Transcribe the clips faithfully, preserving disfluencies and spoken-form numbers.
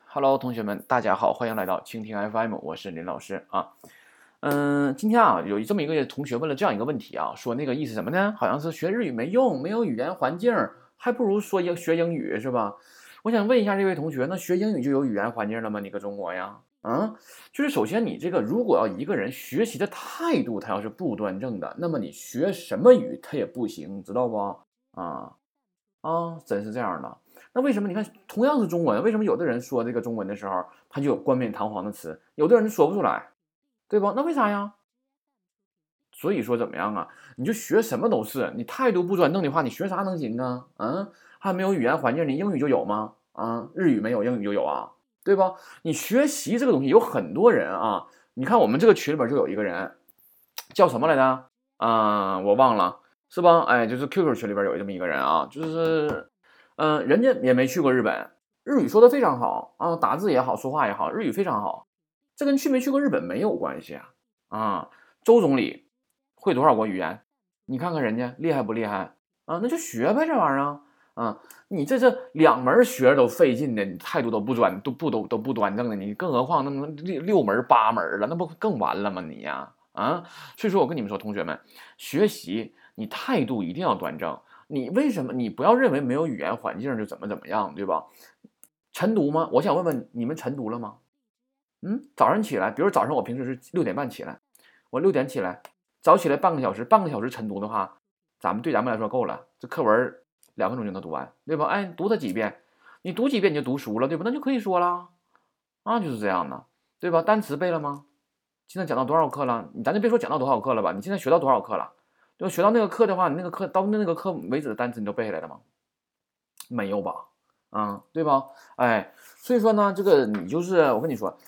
Hello，同学们，大家好，欢迎来到蜻蜓 F M，我是林老师啊。嗯，今天啊，有这么一个同学问了这样一个问题啊，说那个意思什么呢？好像是学日语没用，没有语言环境，还不如说英学英语是吧？我想问一下这位同学，那学英语就有语言环境了吗？你搁中国呀？啊，就是首先你这个如果要一个人学习的态度他要是不端正的，那么你学什么语他也不行，知道不？啊啊，真是这样的。那为什么你看同样是中文，为什么有的人说这个中文的时候，他就有冠冕堂皇的词，有的人说不出来，对吧？那为啥呀？所以说怎么样啊？你就学什么都是，你态度不端正的话，你学啥能行啊？啊，还没有语言环境，你英语就有吗？啊，日语没有，英语就有啊，对吧？你学习这个东西，有很多人啊，你看我们这个群里边就有一个人，叫什么来着？啊，我忘了，是吧？哎，就是 Q Q 群里边有这么一个人啊，就是，嗯、人家也没去过日本，日语说的非常好啊，打字也好，说话也好，日语非常好，这跟去没去过日本没有关系啊。啊，周总理会多少国语言？你看看人家厉害不厉害啊？那就学呗，这玩意儿啊。啊，你这这两门学着都费劲的，你态度都不专都不都都不端正的，你更何况那么六六门八门了，那不更完了吗你呀？啊，所以说我跟你们说，同学们，学习你态度一定要端正。你为什么你不要认为没有语言环境就怎么怎么样，对吧？晨读吗？我想问问你们晨读了吗？嗯，早上起来，比如早上我平时是六点半起来，我六点起来，早起来半个小时，半个小时晨读的话，咱们对咱们来说够了，这课文两分钟就能读完，对吧？哎，读它几遍，你读几遍你就读熟了，对吧？那就可以说了啊，就是这样的，对吧？单词背了吗？现在讲到多少课了？咱就别说讲到多少课了吧，你现在学到多少课了？对吧？学到那个课的话，你那个课到那个课为止的单词你都背下来了吗？没有吧？啊，对吧？哎，所以说呢，这个你就是我跟你说，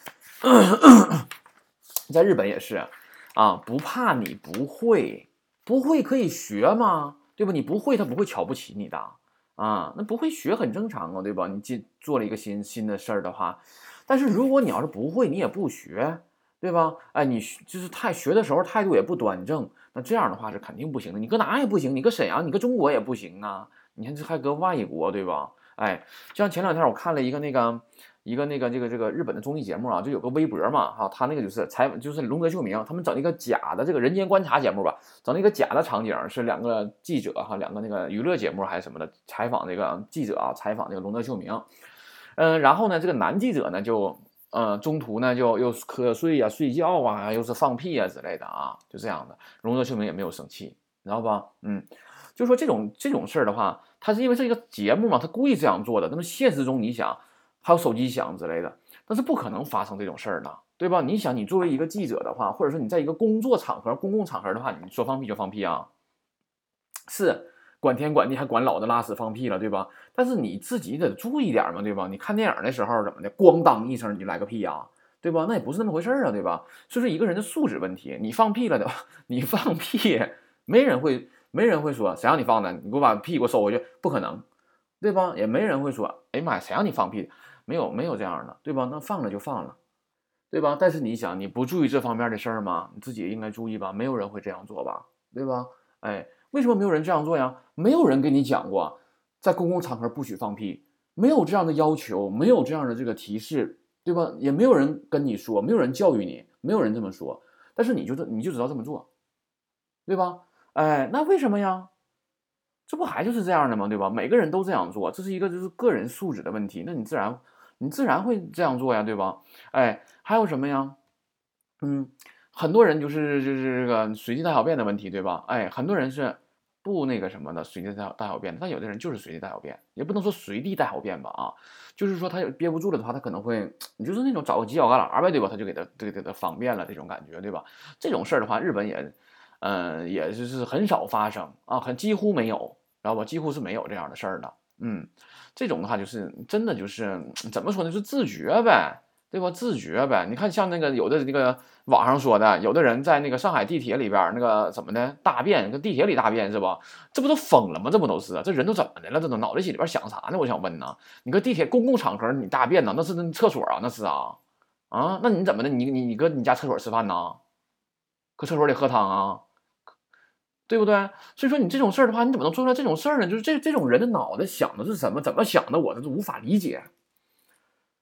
在日本也是啊，不怕你不会，不会可以学嘛，对吧？你不会，他不会瞧不起你的啊，那不会学很正常啊，对吧？你进做了一个新新的事儿的话，但是如果你要是不会，你也不学，对吧？哎，你就是太学的时候态度也不端正，那这样的话是肯定不行的。你搁哪也不行，你搁沈阳，你搁中国也不行啊，你看这还搁外国，对吧？哎，就像前两天我看了一个那个一个那个这个这个日本的综艺节目啊，就有个微博嘛，哈，他那个就是采就是龙泽秀明他们整了一个假的这个人间观察节目吧，整了一个假的场景，是两个记者哈，两个那个娱乐节目还是什么的采访这个记者啊，采访这个龙泽秀明，嗯，然后呢，这个男记者呢就呃中途呢就又瞌睡啊、睡觉啊，又是放屁啊之类的啊，就这样的，龙泽秀明也没有生气，你知道吧？嗯。就说这种这种事儿的话，他是因为是一个节目嘛，他故意这样做的。那么现实中你想，还有手机响之类的，那是不可能发生这种事儿的，对吧？你想，你作为一个记者的话，或者说你在一个工作场合、公共场合的话，你说放屁就放屁啊，是管天管地还管老子拉屎放屁了，对吧？但是你自己得注意点嘛，对吧？你看电影的时候怎么的，咣当一声你来个屁呀、对吧？那也不是那么回事啊，对吧？所以说一个人的素质问题，你放屁了的，你放屁，没人会没人会说谁让你放的，你给我把屁给我收回去，不可能，对吧？也没人会说，哎呀妈呀，谁让你放屁？没有没有这样的，对吧？那放了就放了，对吧？但是你想，你不注意这方面的事儿吗？你自己也应该注意吧，没有人会这样做吧，对吧？哎，为什么没有人这样做呀？没有人跟你讲过，在公共场合不许放屁，没有这样的要求，没有这样的这个提示，对吧？也没有人跟你说，没有人教育你，没有人这么说，但是你就你就知道这么做，对吧？哎，那为什么呀？这不还就是这样的吗？对吧？每个人都这样做，这是一个就是个人素质的问题，那你自然你自然会这样做呀，对吧？哎，还有什么呀？嗯，很多人就是就是这个随地大小便的问题，对吧？哎，很多人是不那个什么的随地大大小便的，但有的人就是随地大小便，也不能说随地大小便吧啊，就是说他憋不住了的话，他可能会，你就是那种找个犄角旮旯呗，对吧？他就给他给给他方便了这种感觉，对吧？这种事儿的话，日本也，呃，也就是很少发生啊，很几乎没有，知道吧？几乎是没有这样的事儿的。嗯，这种的话就是真的就是怎么说呢？就是自觉呗。对吧？自觉呗。你看，像那个有的那个网上说的，有的人在那个上海地铁里边那个怎么的大便，跟地铁里大便是吧？这不都疯了吗？这不都是？这人都怎么的了？这都脑袋里边想啥呢？我想问呢。你搁地铁公共场合你大便呢？那是那厕所啊？那是啊啊？那你怎么的？你你你搁你家厕所吃饭呢？搁厕所里喝汤啊？对不对？所以说你这种事儿的话，你怎么能做出来这种事儿呢？就是这这种人的脑袋想的是什么？怎么想的？我这是无法理解。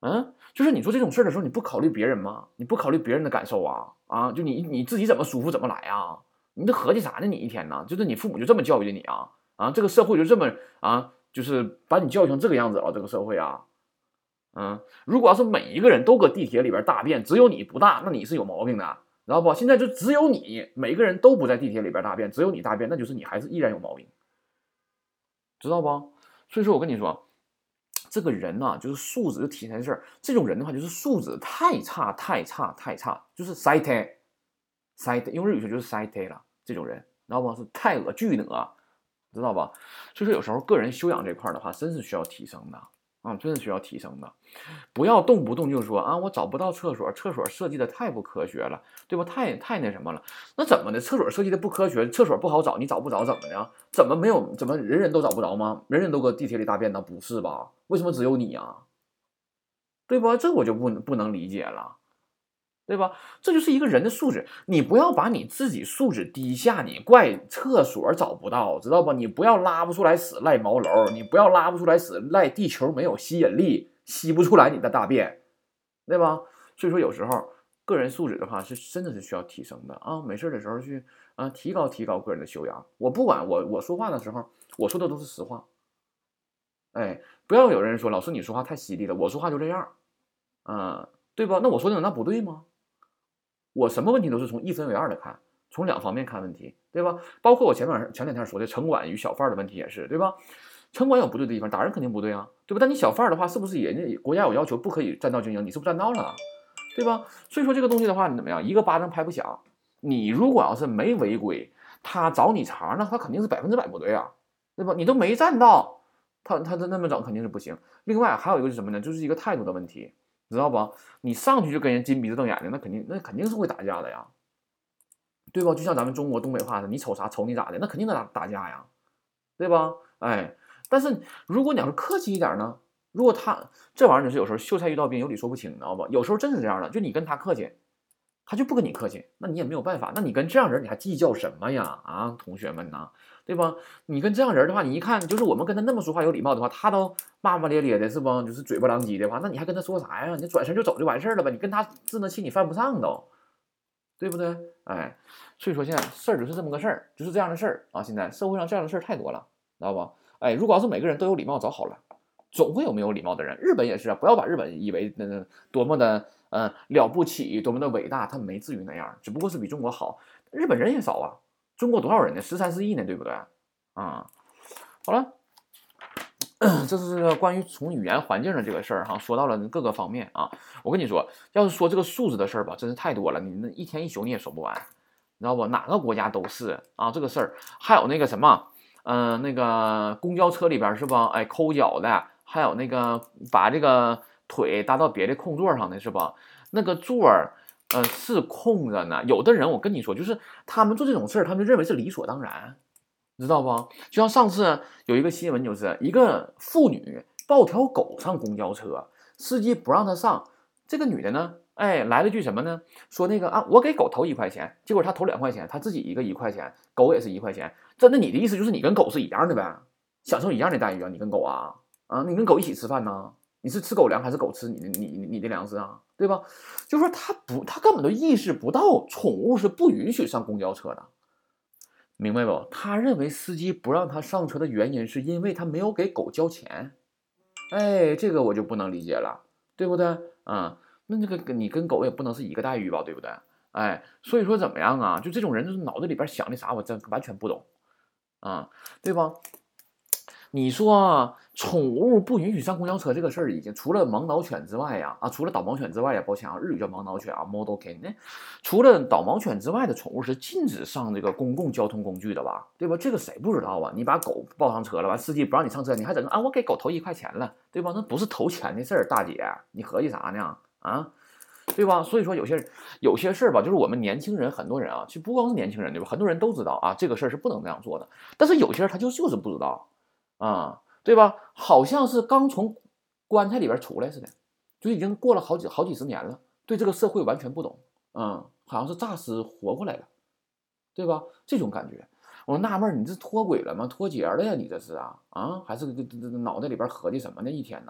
嗯，就是你做这种事儿的时候，你不考虑别人吗？你不考虑别人的感受啊？啊，就你你自己怎么舒服怎么来啊？你这合计啥呢？你一天呢？就是你父母就这么教育的你啊？啊，这个社会就这么啊，就是把你教育成这个样子了，这个社会啊，嗯，如果要是每一个人都搁地铁里边大便，只有你不大，那你是有毛病的，知道不？现在就只有你，每个人都不在地铁里边大便，只有你大便，那就是你还是依然有毛病，知道不？所以说我跟你说，这个人呐、就是素质就体现在这儿。这种人的话，就是素质太差、太差、太差，就是塞胎、塞胎，用日语说就是塞胎了。这种人，知道不？是太恶巨恶，知道吧？所以说有时候个人修养这块的话，真是需要提升的啊，真是需要提升的。不要动不动就说啊，我找不到厕所，厕所设计的太不科学了，对吧？太太那什么了。那怎么的？厕所设计的不科学，厕所不好找，你找不着怎么的？怎么没有？怎么人人都找不着吗？人人都搁地铁里大便呢？不是吧？为什么只有你啊？对吧？这我就不不能理解了。对吧？这就是一个人的素质，你不要把你自己素质低下，你怪厕所找不到，知道吧？你不要拉不出来屎赖茅楼，你不要拉不出来屎赖地球没有吸引力，吸不出来你的大便，对吧？所以说有时候个人素质的话是真的是需要提升的啊，没事的时候去啊提高提高个人的修养。我不管我我说话的时候，我说的都是实话，哎，不要有人说老师你说话太犀利了，我说话就这样，啊，对吧？那我说的那不对吗？我什么问题都是从一分为二的看，从两方面看问题，对吧？包括我前面前两天说的城管与小贩的问题也是，对吧？城管有不对的地方，打人肯定不对啊，对吧？但你小贩的话，是不是人家国家有要求不可以占道经营？你是不是占道了，对吧？所以说这个东西的话，你怎么样？一个巴掌拍不响。你如果要是没违规，他找你茬，那他肯定是百分之百不对啊，对吧？你都没占道，他他他那么整肯定是不行。另外还有一个是什么呢？就是一个态度的问题。知道不？你上去就跟人金鼻子瞪眼睛，那肯定那肯定是会打架的呀，对吧？就像咱们中国东北话的，你瞅啥瞅你咋的，那肯定得打打架呀，对吧？哎，但是如果你要是客气一点呢，如果他这玩意儿就是有时候秀才遇到兵，有理说不清，你知道不？有时候真是这样的，就你跟他客气，他就不跟你客气，那你也没有办法。那你跟这样人你还计较什么呀？啊，同学们呐，对吧？你跟这样人的话，你一看就是我们跟他那么说话有礼貌的话，他都骂骂咧咧的，是不？就是嘴巴狼藉的话，那你还跟他说啥呀？你转身就走就完事儿了吧？你跟他置那气你犯不上都，对不对？哎，所以说现在事儿就是这么个事儿，就是这样的事儿啊。现在社会上这样的事儿太多了，知道不？哎，如果要是每个人都有礼貌，早好了。总会有没有礼貌的人。日本也是啊，不要把日本以为那那多么的呃了不起，多么的伟大，他没至于那样，只不过是比中国好。日本人也少啊，中国多少人呢？十三四亿呢，对不对？啊，好了，这是关于从语言环境的这个事儿哈，说到了各个方面啊。我跟你说，要是说这个素质的事儿吧，真是太多了，你那一天一宿你也说不完，你知道不？哪个国家都是啊，这个事儿。还有那个什么，嗯、呃，那个公交车里边是吧？哎，抠脚的。还有那个把这个腿搭到别的空座上的是吧？那个座儿，呃，是空着呢。有的人我跟你说，就是他们做这种事儿，他们就认为是理所当然，知道不？就像上次有一个新闻，就是一个妇女抱条狗上公交车，司机不让她上，这个女的呢，哎，来了句什么呢？说那个啊，我给狗投一块钱，结果她投两块钱，她自己一个一块钱，狗也是一块钱。这那你的意思就是你跟狗是一样的呗，享受一样的待遇啊？你跟狗啊？啊，你跟狗一起吃饭呢？你是吃狗粮还是狗吃你的你你你的粮食啊？对吧？就是说他不，他根本都意识不到宠物是不允许上公交车的，明白不？他认为司机不让他上车的原因是因为他没有给狗交钱。哎，这个我就不能理解了，对不对？啊，那这个你跟狗也不能是一个待遇吧，对不对？哎，所以说怎么样啊？就这种人，就是脑子里边想的啥，我真完全不懂啊，对吧？你说宠物不允许上公交车这个事儿，已经除了盲导犬之外呀，啊，除了导盲犬之外呀，抱歉啊，日语叫盲导犬啊，model K 呢，除了导盲犬之外的宠物是禁止上这个公共交通工具的吧？对吧？这个谁不知道啊？你把狗抱上车了，完司机不让你上车，你还整个啊，我给狗投一块钱了，对吧？那不是投钱的事儿，大姐，你合计啥呢？啊？对吧？所以说有些有些事儿吧，就是我们年轻人很多人啊，其实不光是年轻人对吧？很多人都知道啊，这个事儿是不能那样做的，但是有些人他就就是不知道。啊，对吧？好像是刚从棺材里边出来似的，就已经过了好几好几十年了，对这个社会完全不懂，嗯，好像是诈尸活过来了，对吧？这种感觉，我纳闷，你这脱轨了吗？脱节了呀？你这是啊啊？还是这这这脑袋里边合计什么呢？一天呢？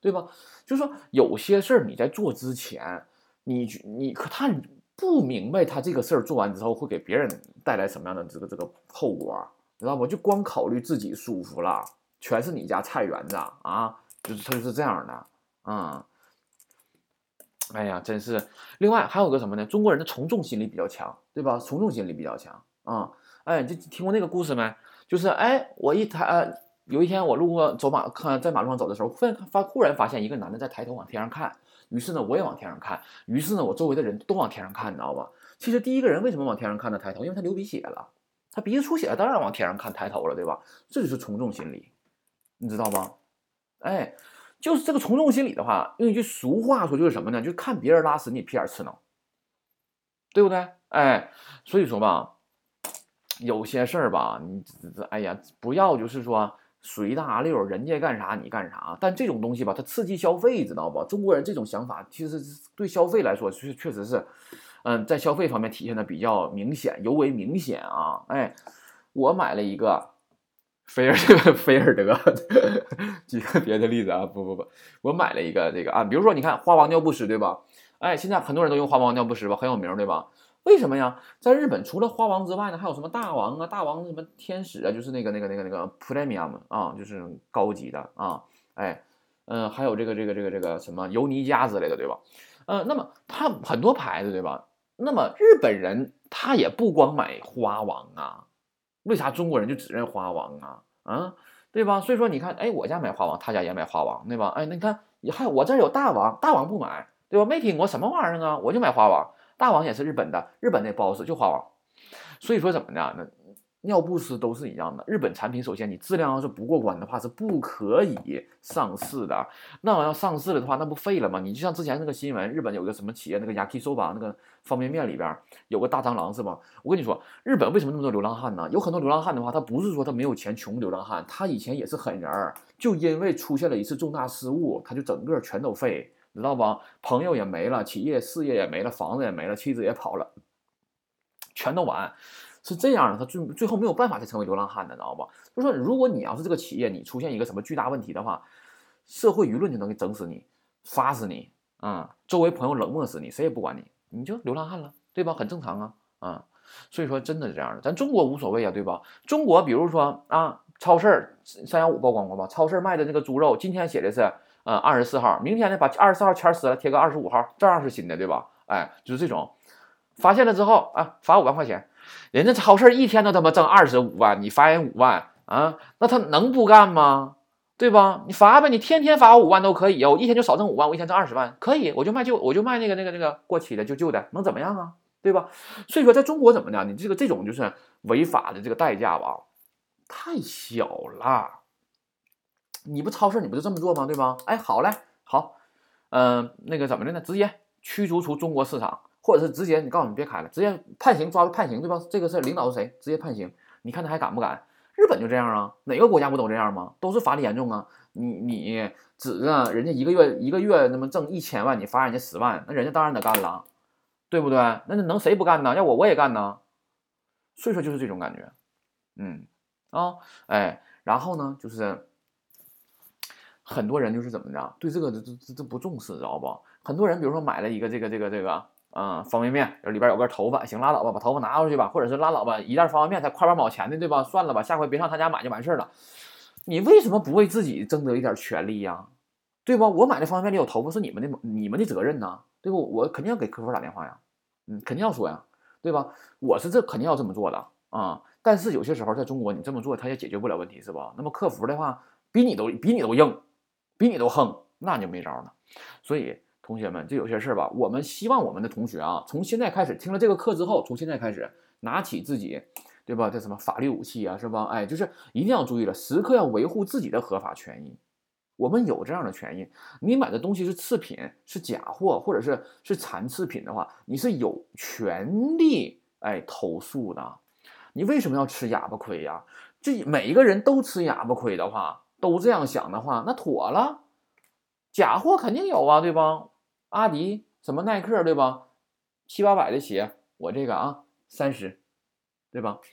对吧？就是说有些事儿你在做之前，你你可他不明白他这个事儿做完之后会给别人带来什么样的这个这个后果，知道不？就光考虑自己舒服了，全是你家菜园子啊，就是他就是这样的，嗯。哎呀，真是。另外还有个什么呢？中国人的从众心理比较强，对吧？从众心理比较强啊、嗯。哎，就听过那个故事没？就是哎，我一抬、呃，有一天我路过走马看在马路上走的时候，忽然发忽然发现一个男的在抬头往天上看，于是呢我也往天上看，于是呢我周围的人都往天上看，你知道吧？其实第一个人为什么往天上看呢？抬头，因为他流鼻血了，他鼻子出血了，当然往天上看抬头了，对吧？这就是从众心理，你知道吧？哎，就是这个从众心理的话，用一句俗话说就是什么呢？就看别人拉屎，你屁眼吃能，对不对？哎，所以说吧，有些事儿吧，你哎呀，不要就是说随大溜，人家干啥你干啥。但这种东西吧，它刺激消费，知道不？中国人这种想法，其实对消费来说，确确实是，嗯，在消费方面体现的比较明显，尤为明显啊。哎，我买了一个。菲尔这个菲尔德，举个别的例子啊，不不不，我买了一个这个啊，比如说你看花王尿不湿对吧？哎，现在很多人都用花王尿不湿吧，很有名对吧？为什么呀？在日本除了花王之外呢，还有什么大王啊、大王什么天使啊，就是那个那个那个那个 premium 啊，就是高级的啊，哎，嗯、呃，还有这个这个这个这个什么尤尼加之类的对吧？呃，那么它很多牌子对吧？那么日本人他也不光买花王啊。为啥中国人就只认花王啊？啊，对吧？所以说你看，哎，我家买花王，他家也买花王，对吧？哎，那你看，还有我这儿有大王，大王不买，对吧？没听过什么玩意儿啊？我就买花王，大王也是日本的，日本那不好使，就花王。所以说怎么呢？那尿不湿都是一样的。日本产品首先你质量要是不过关的话，是不可以上市的。那我要上市了的话，那不废了吗？你就像之前那个新闻，日本有个什么企业，那个 yakisoba 那个方便面里边有个大蟑螂是吧？我跟你说，日本为什么那么多流浪汉呢？有很多流浪汉的话，他不是说他没有钱穷流浪汉，他以前也是狠人儿，就因为出现了一次重大失误，他就整个全都废，知道吧？朋友也没了，企业事业也没了，房子也没了，妻子也跑了，全都完。是这样的，他最最后没有办法再成为流浪汉的，知道吧？就说如果你要是这个企业，你出现一个什么巨大问题的话，社会舆论就能给整死你，罚死你啊、嗯！周围朋友冷漠死你，谁也不管你，你就流浪汉了，对吧？很正常啊啊、嗯！所以说真的是这样的，咱中国无所谓啊，对吧？中国比如说啊，超市三幺五曝光过吧？超市卖的这个猪肉，今天写的是呃二十四号，明天呢把二十四号签撕了，贴个二十五号，照样是新的，对吧？哎，就是这种，发现了之后啊，罚五万块钱。人家超市一天都他妈挣二十五万，你罚人五万啊？那他能不干吗？对吧？你罚呗，你天天罚我五万都可以啊，我一天就少挣五万，我一天挣二十万，可以，我就卖旧，我就卖那个那个那个过期的旧旧的，能怎么样啊？对吧？所以说，在中国怎么样？你这个这种就是违法的这个代价吧，太小了。你不超市你不就这么做吗？对吧？哎，好嘞，好，嗯、呃，那个怎么的呢？直接驱逐出中国市场。或者是直接你告诉你别开了，直接判刑抓个判刑，对吧？这个事领导是谁？直接判刑，你看他还敢不敢？日本就这样啊，哪个国家不都这样吗？都是法律严重啊。你你指着人家一个月一个月那么挣一千万，你罚人家十万，那人家当然得干了，对不对？那能谁不干呢？要我我也干呢。所以说就是这种感觉，嗯啊、哦，哎，然后呢，就是很多人就是怎么着，对这个这这这不重视，知道不？很多人比如说买了一个这个这个这个。嗯，方便面里边有根头发，行拉倒吧，把头发拿出去吧，或者是拉倒吧，一袋方便面才块八毛钱的，对吧？算了吧，下回别上他家买就完事了。你为什么不为自己争得一点权利呀？对吧？我买的方便面里有头发是你们的你们的责任呐，对不？我肯定要给客服打电话呀，嗯，肯定要说呀，对吧？我是这肯定要这么做的啊。但是有些时候在中国你这么做，他也解决不了问题，是吧？那么客服的话，比你都比你都硬，比你都横，那就没招了。所以。同学们，这有些事儿吧，我们希望我们的同学啊，从现在开始听了这个课之后，从现在开始拿起自己，对吧？这什么法律武器啊，是吧？哎，就是一定要注意了，时刻要维护自己的合法权益。我们有这样的权益，你买的东西是次品、是假货，或者是是残次品的话，你是有权利哎投诉的。你为什么要吃哑巴亏呀？这每一个人都吃哑巴亏的话，都这样想的话，那妥了。假货肯定有啊，对吧？阿迪什么耐克，对吧？七八百的鞋，我这个啊三十，对吧？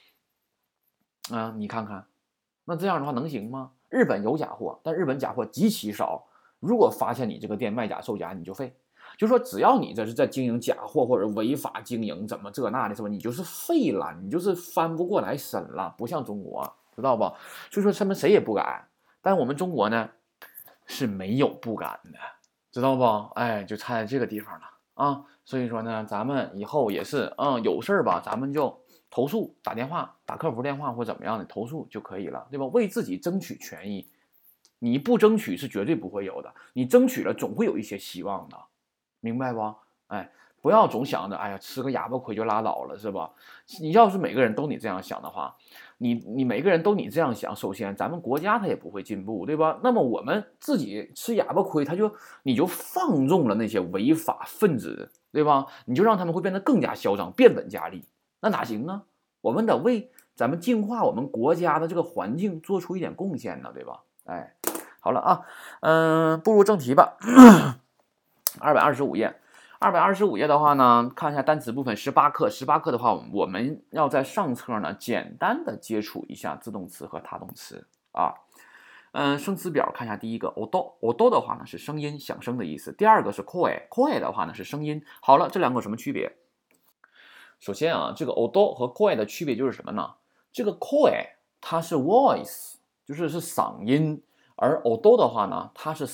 啊，你看看，那这样的话能行吗？日本有假货，但日本假货极其少， 如果发现你这个店卖假售假，你就废。就说只要你这是在经营假货或者违法经营，怎么这那的，是吧？你就是废了，你就是翻不过来身了，不像中国，知道吧？所以说他们谁也不敢，但我们中国呢是没有不敢的，知道不？哎，就差在这个地方了啊。所以说呢，咱们以后也是，嗯，有事儿吧，咱们就投诉，打电话，打客服电话或怎么样的投诉就可以了，对吧？为自己争取权益，你不争取是绝对不会有的，你争取了总会有一些希望的，明白不？哎，不要总想着，哎呀，吃个哑巴亏就拉倒了，是吧？你要是每个人都你这样想的话，你你每个人都你这样想，首先咱们国家它也不会进步，对吧？那么我们自己吃哑巴亏，他就你就放纵了那些违法分子，对吧？你就让他们会变得更加嚣张，变本加厉，那哪行呢？我们得为咱们净化我们国家的这个环境做出一点贡献呢，对吧？哎，好了啊，嗯、呃，步入正题吧。二百二十五页，二百二十五页的话呢，看一下单词部分，十八课，十八课的话，我们要在上册呢简单的接触一下自动词和他动词啊。嗯，生词表看一下，第一个 odo，odo 的话呢是声音、响声的意思。第二个是 koi，koi 的话呢是声音。好了，这两个有什么区别？首先啊，这个 odo 和 koi 的区别就是什么呢？这个 koi 它是 voice， 就是是嗓音，而 odo 的话呢，它是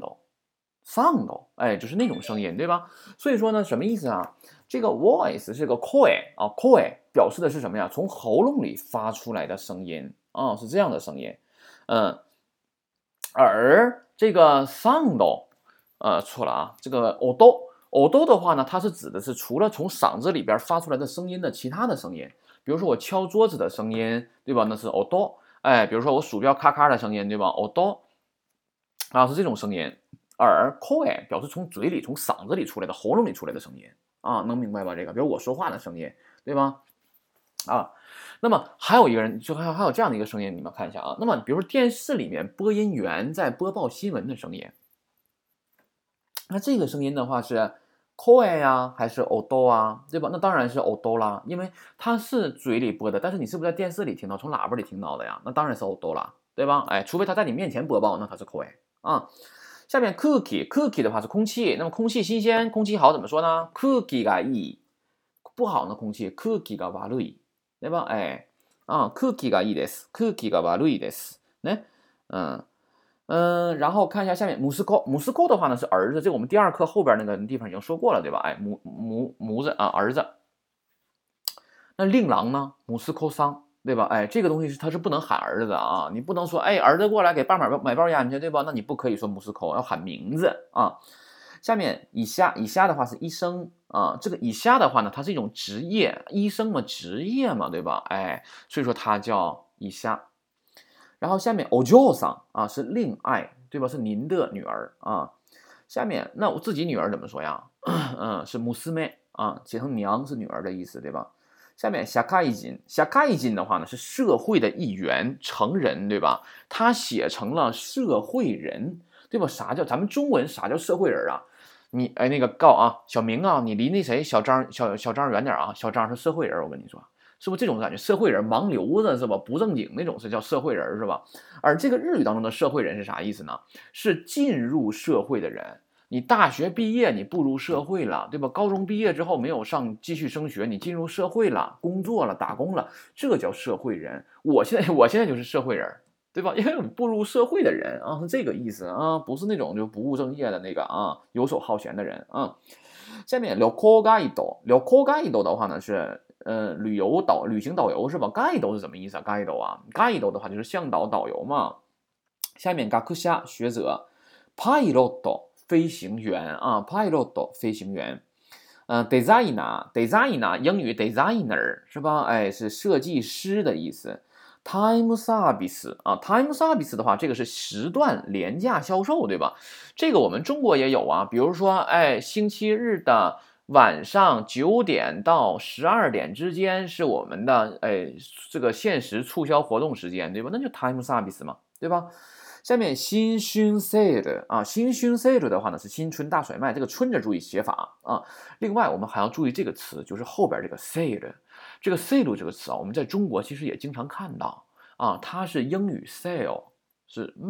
sound。sound， 哎，就是那种声音，对吧？所以说呢，什么意思啊？这个 voice 是个 koi 啊 ，koi 表示的是什么呀？从喉咙里发出来的声音啊，是这样的声音。嗯，而这个 sound， 呃，错了啊，这个 odo odo 的话呢，它是指的是除了从嗓子里边发出来的声音的其他的声音，比如说我敲桌子的声音，对吧？那是 odo， 哎，比如说我鼠标咔咔的声音，对吧 ？odo 啊，是这种声音。而 koi 表示从嘴里、从嗓子里出来的、喉咙里出来的声音啊，能明白吧？这个，比如我说话的声音，对吧？啊，那么还有一个人，就还有还有这样的一个声音，你们看一下啊。那么比如说电视里面播音员在播报新闻的声音，那这个声音的话是 koi 呀，还是 odo 啊，对吧？那当然是 odo 啦，因为它是嘴里播的，但是你是不是在电视里听到，从喇叭里听到的呀？那当然是 odo 啦，对吧？哎，除非他在你面前播报，那它是 koi 啊。下面 cookie cookie 的话是空气，那么空气新鲜，空气好怎么说呢 ？cookie がいい，不好的空气 cookie が悪い，对吧？哎，啊 cookie がいいです，cookie が悪いです，ね，嗯嗯，然后看一下下面姆斯科，姆斯科的话呢是儿子，这个我们第二课后边那个地方已经说过了，对吧？哎，母母母子啊，儿子。那令郎呢？姆斯科桑。对吧？哎，这个东西是它是不能喊儿子啊，你不能说哎儿子过来给爸买包买包烟去，对吧？那你不可以说姆斯口，要喊名字啊。下面以下以下的话是医生啊，这个以下的话呢，它是一种职业，医生嘛，职业嘛，对吧？哎，所以说它叫以下。然后下面お嬢さん啊是令爱，对吧？是您的女儿啊。下面那我自己女儿怎么说呀？嗯，是姆斯妹啊，写成娘是女儿的意思，对吧？下面社会人，社会人的话呢是社会的一员，成人，对吧？他写成了社会人，对吧？啥叫咱们中文啥叫社会人啊？你哎那个告啊，小明啊，你离那谁小张小小张远点啊，小张是社会人，我跟你说，是不是这种感觉？社会人盲流子是吧？不正经那种是叫社会人是吧？而这个日语当中的社会人是啥意思呢？是进入社会的人。你大学毕业，你步入社会了，对吧？高中毕业之后没有上继续升学，你进入社会了，工作了，打工了，这叫社会人。我现在我现在就是社会人，对吧？因为我们步入社会的人啊，是这个意思啊，不是那种就不务正业的那个啊，游手好闲的人啊。下面旅行ガイド，旅行ガイド的话呢是呃旅游导旅行导游是吧？ガイド是什么意思啊？ガイド啊，ガイド的话就是向导导游嘛。下面学者学者，パイロット。飞行员啊 ，pilot 飞行员，呃 ，designer designer 英语 designer 是吧？哎，是设计师的意思。time service 啊 ，time service 的话，这个是时段廉价销售，对吧？这个我们中国也有啊，比如说，哎，星期日的晚上九点到十二点之间是我们的哎这个限时促销活动时间，对吧？那就 time service 嘛，对吧？下面新春 sale 啊，新春 sale 的话呢是新春大甩卖，这个春字注意写法啊。另外我们还要注意这个词，就是后边这个 sale， 这个 sale 这个词啊，我们在中国其实也经常看到啊，它是英语 sale 是卖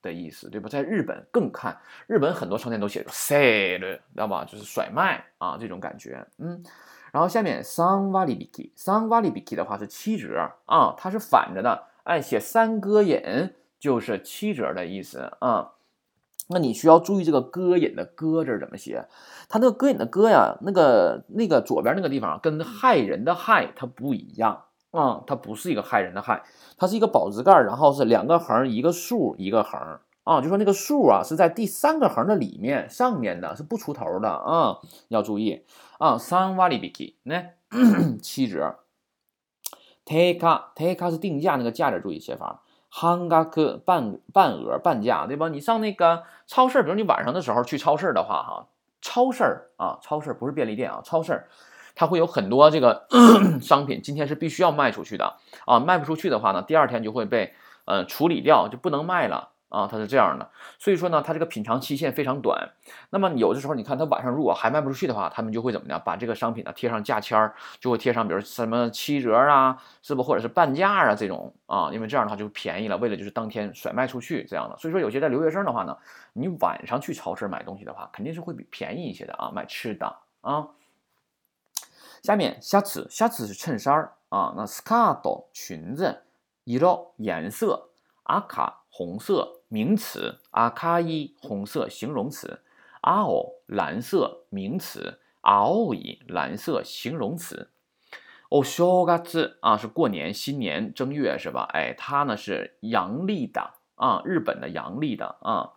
的意思，对吧？在日本更看，日本很多商店都写着 sale， 知道吧？就是甩卖啊这种感觉，嗯。然后下面三割引，三割引的话是七折啊，它是反着的，哎，写三割引就是七折的意思啊。那你需要注意这个割引的割字怎么写，它那个割引的割呀，那个那个左边那个地方跟害人的害它不一样啊、嗯，它不是一个害人的害，它是一个宝字盖，然后是两个横一个竖一个横啊，就说那个竖啊是在第三个横的里面上面的，是不出头的啊，要注意啊。三割引呢，七折。定価定価是定价，那个价字注意写法。半額半半额半价，对吧？你上那个超市，比如你晚上的时候去超市的话，哈，超市啊，超市不是便利店啊，超市它会有很多这个商品，今天是必须要卖出去的啊，卖不出去的话呢，第二天就会被呃处理掉，就不能卖了啊，它是这样的。所以说呢，它这个品尝期限非常短。那么有的时候你看它晚上如果还卖不出去的话，他们就会怎么样？把这个商品呢贴上价签儿，就会贴上比如什么七折啊，是不或者是半价啊这种啊，因为这样的话就便宜了，为了就是当天甩卖出去这样的。所以说有些在留学生的话呢，你晚上去超市买东西的话，肯定是会比便宜一些的啊，买吃的啊。下面シャツ，シャツ是衬衫啊，那スカート裙子，色颜色，赤红色名词，赤い红色形容词，青蓝色名词，青い蓝色形容词。お正月啊是过年新年正月是吧？哎，它呢是阳历的啊，日本的阳历的啊。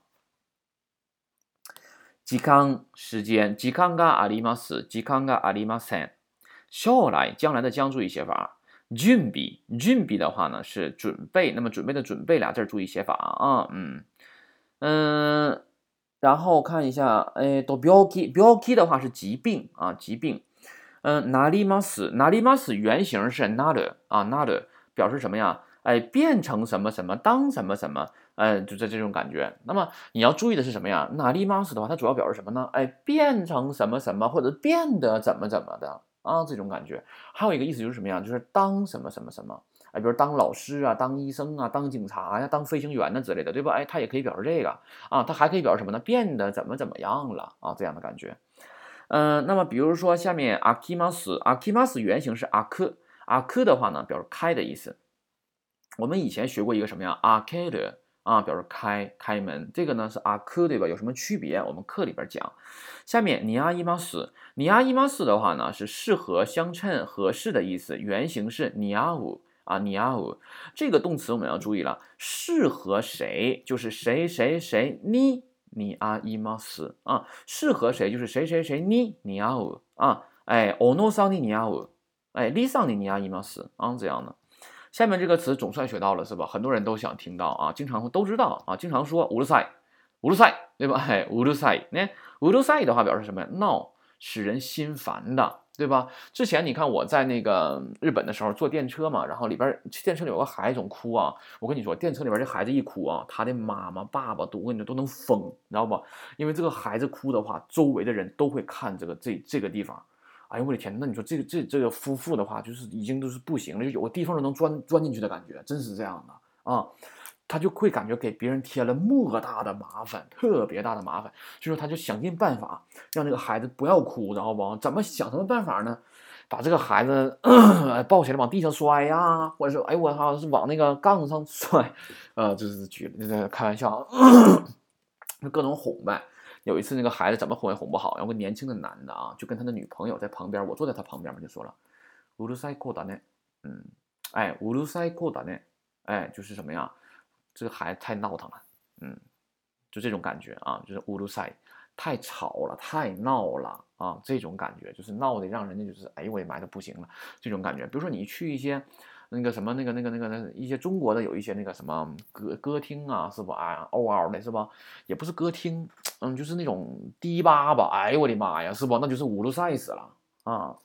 時間时间，時間があります，時間がありません。将来将来的将注意写法。準備準備的话呢是准备，那么准备的准备俩字注意写法啊，嗯嗯，然后看一下，哎，都病気病気的话是疾病啊，疾病。嗯，なりますなります原型是なる啊，なる表示什么呀？哎，变成什么什么，当什么什么，哎，就这这种感觉。那么你要注意的是什么呀？なります的话，它主要表示什么呢？哎，变成什么什么，或者变得怎么怎么的啊，这种感觉。还有一个意思就是什么呀？就是当什么什么什么，哎，比如当老师啊，当医生啊，当警察呀，当飞行员呐之类的，对吧？哎，它也可以表示这个啊，它还可以表示什么呢？变得怎么怎么样了啊，这样的感觉。嗯、呃，那么比如说下面あきます，あきます原型是あく，あく的话呢，表示开的意思。我们以前学过一个什么呀？アーケード啊，表示开开门。这个呢是あく，对吧？有什么区别？我们课里边讲。下面似合います，似合います的话呢是适合、相称、合适的意思，原型是似合う啊，似合う。这个动词我们要注意了，适合谁就是谁谁谁你。似合います啊，适合谁就是谁谁谁に似合う啊，哎，小野さんに似合う，哎，李さんに似合います啊，这样的。下面这个词总算学到了是吧？很多人都想听到啊，经常都知道啊，经常说うるさい，うるさい，对吧？哎，うるさい，那うるさい的话表示什么呀？闹，使人心烦的，对吧？之前你看我在那个日本的时候坐电车嘛，然后里边电车里有个孩子总哭啊，我跟你说，电车里边这孩子一哭啊，他的妈妈、爸爸都跟你都能疯，你知道不？因为这个孩子哭的话，周围的人都会看这个这这个地方。哎呦我的天，那你说这个这这个夫妇的话，就是已经都是不行了，就有个地方都能钻钻进去的感觉，真是这样的啊。他就会感觉给别人添了莫大的麻烦，特别大的麻烦，所以说他就想尽办法让这个孩子不要哭，知道不？怎么想什么办法呢？把这个孩子抱起来往地上摔呀，或者是哎我操，是往那个杠上摔，呃，这是举这是开玩笑，各种哄呗。有一次那个孩子怎么哄也哄不好，有个年轻的男的啊，就跟他的女朋友在旁边，我坐在他旁边嘛，就说了，うるさい子だね，嗯，哎，うるさい子だね，哎，就是什么呀？这个孩子太闹腾了，嗯，就这种感觉啊，就是乌鲁塞太吵了，太闹了啊，这种感觉就是闹的让人家就是哎呦我的妈都不行了，这种感觉。比如说你去一些那个什么那个那个那个那一些中国的有一些那个什么歌歌厅啊，是吧？啊，嗷嗷的是吧？也不是歌厅，嗯，就是那种迪吧吧，哎呦我的妈呀，是不？那就是乌鲁塞死了啊。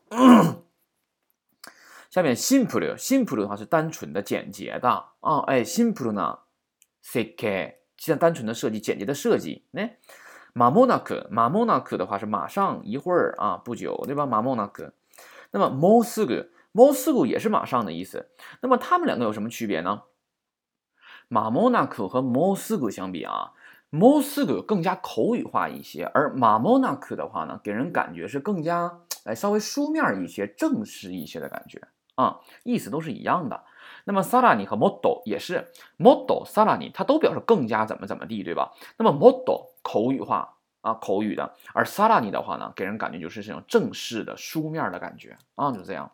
下面 simple simple 的话是单纯的、简洁的啊，哎 simple 呢？設計，像单纯的设计、简洁的设计。呢，まもなく，まもなく的话是马上、一会儿啊，不久，对吧？まもなく。那么もうすぐ，もうすぐ也是马上的意思。那么它们两个有什么区别呢？ 马莫纳克和莫斯古相比啊，莫斯古更加口语化一些，而马莫纳克的话呢，给人感觉是更加哎稍微书面一些、正式一些的感觉啊，意思都是一样的。那么萨拉尼和 model 也是 model 萨拉尼，它都表示更加怎么怎么地，对吧？那么 model 口语化啊，口语的，而萨拉尼的话呢，给人感觉就是这种正式的书面的感觉啊，就这样。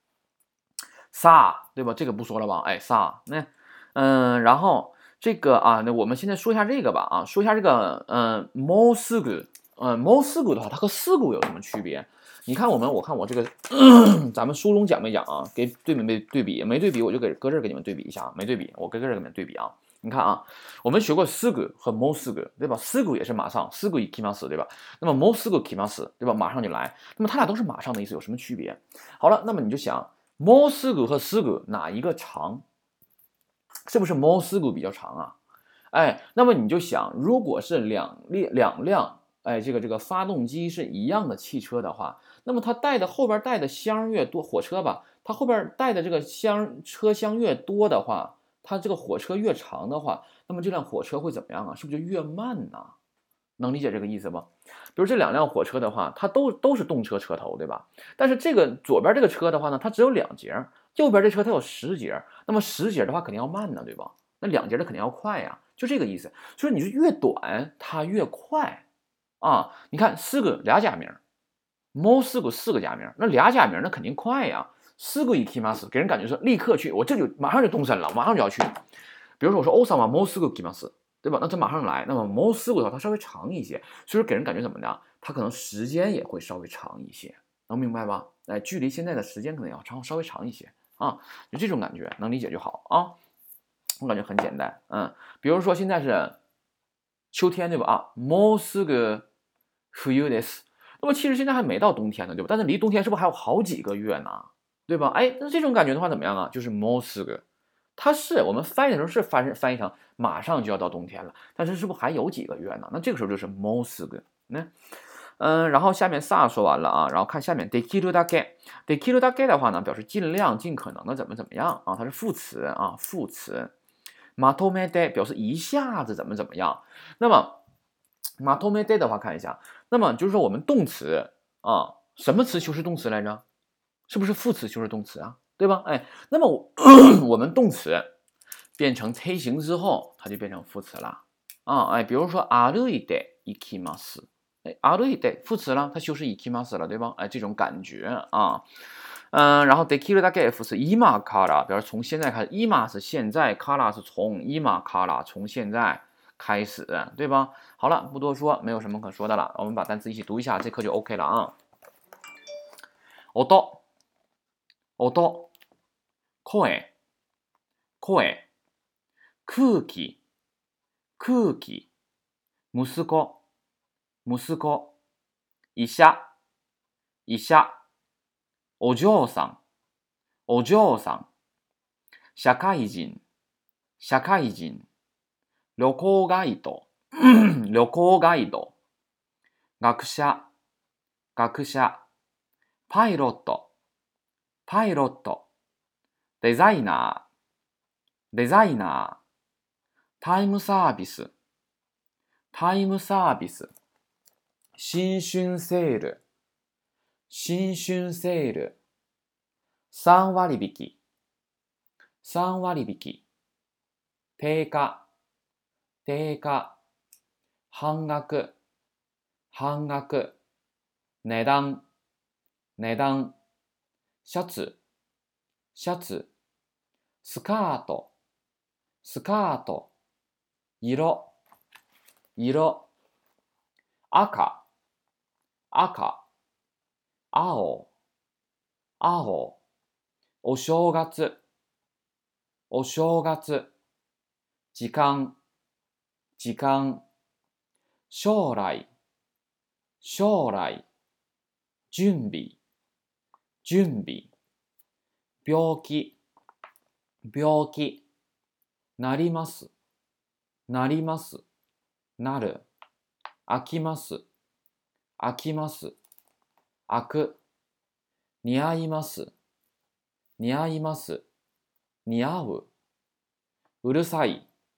萨，对吧？这个不说了吧？哎，萨，那嗯，然后这个啊，那我们现在说一下这个吧啊，说一下这个嗯 m o s g 嗯 m o s g 的话，它和 s g 有什么区别？你看我们，我看我这个，咱们书中讲没讲啊？给对没对比？没对比，我就给搁这儿给你们对比一下。没对比，我搁这儿给你们对比啊。你看啊，我们学过 s g 和 m o s g 对吧 s g 也是马上 s g 行きます对吧？那么 m o s g 行きます对吧？马上就来。那么它俩都是马上的意思，有什么区别？好了，那么你就想 m o s g 和 s g 哪一个长？是不是 m o s g 比较长啊？哎，那么你就想，如果是两列两辆。哎，这个这个发动机是一样的汽车的话，那么它带的后边带的箱越多，火车吧，它后边带的这个箱车厢越多的话，它这个火车越长的话，那么这辆火车会怎么样啊？是不是就越慢呢？能理解这个意思不？比如这两辆火车的话，它都都是动车车头，对吧？但是这个左边这个车的话呢，它只有两节，右边这车它有十节，那么十节的话肯定要慢呢，对吧？那两节的肯定要快呀，就这个意思。就是你是越短它越快。啊，你看四个俩假名，猫四个四个假名，那俩假名那肯定快呀。四个一 k 马斯给人感觉是立刻去，我这就马上就动身了，马上就要去。比如说我说欧桑嘛猫四个 k 马斯，对吧？那它马上来，那么猫四个的话它稍微长一些，所以给人感觉怎么的？它可能时间也会稍微长一些，能明白吧？哎，距离现在的时间可能要长稍微长一些啊，就这种感觉能理解就好啊。我感觉很简单，嗯，比如说现在是秋天对吧？啊，猫四个。冬です。那么其实现在还没到冬天呢，对吧？但是离冬天是不是还有好几个月呢？对吧？哎，那这种感觉的话怎么样啊？就是もうすぐ，它是我们翻译的时候是翻翻译成马上就要到冬天了，但是是不是还有几个月呢？那这个时候就是もうすぐ。那嗯，然后下面さ说完了啊，然后看下面できるだけ。できるだけ的话呢，表示尽量、尽可能的怎么怎么样啊？它是副词啊，副词。まとめて表示一下子怎么怎么样。那么まとめて的话，看一下，那么就是说我们动词啊，什么词修饰动词来着？是不是副词修饰动词啊？对吧？哎，那么我我们动词变成推形之后，它就变成副词了啊。哎，比如说歩いて行きます，哎，歩いて副词了，它修饰行きます了，对吧？哎，这种感觉啊。嗯，然后できるだけ副词今から表示从现在开始，今是现在，から是从，今から从现在。开始，对吧？好了，不多说，没有什么可说的了。我们把单词一起读一下，这课就 OK 了啊。音、音、声、声、空気、空気、息子、息子、医者、医者、お嬢さん、お嬢さん、社会人、社会人、旅行ガイド、旅行ガイド、学者、学者、パイロット、パイロット、デザイナー、デザイナー、タイムサービス、タイムサービス、新春セール、新春セール、さん割引、さん割引、定価、定価、半額、半額、値段、値段、シャツ、シャツ、スカート、スカート、色、色、赤、赤、青、青、お正月、お正月、時間、時間、将来、将来、準備、準備、病気、病気、なります、なります、なる、飽きます、飽きます、飽く、似合います、似合います、似合う、うるさい、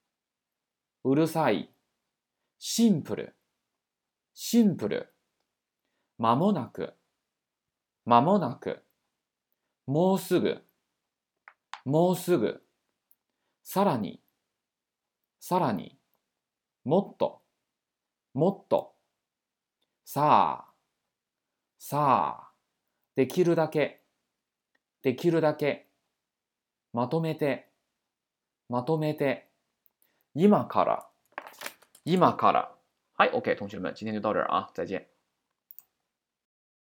うるさい、シンプル、シンプル、間もなく、間もなく、もうすぐ、もうすぐ、さらに、さらに、もっと、もっと、さあ、さあ、できるだけ、できるだけ、まとめて、まとめて、今から、今から。はい，OK，同学们，今天就到这儿啊，再见。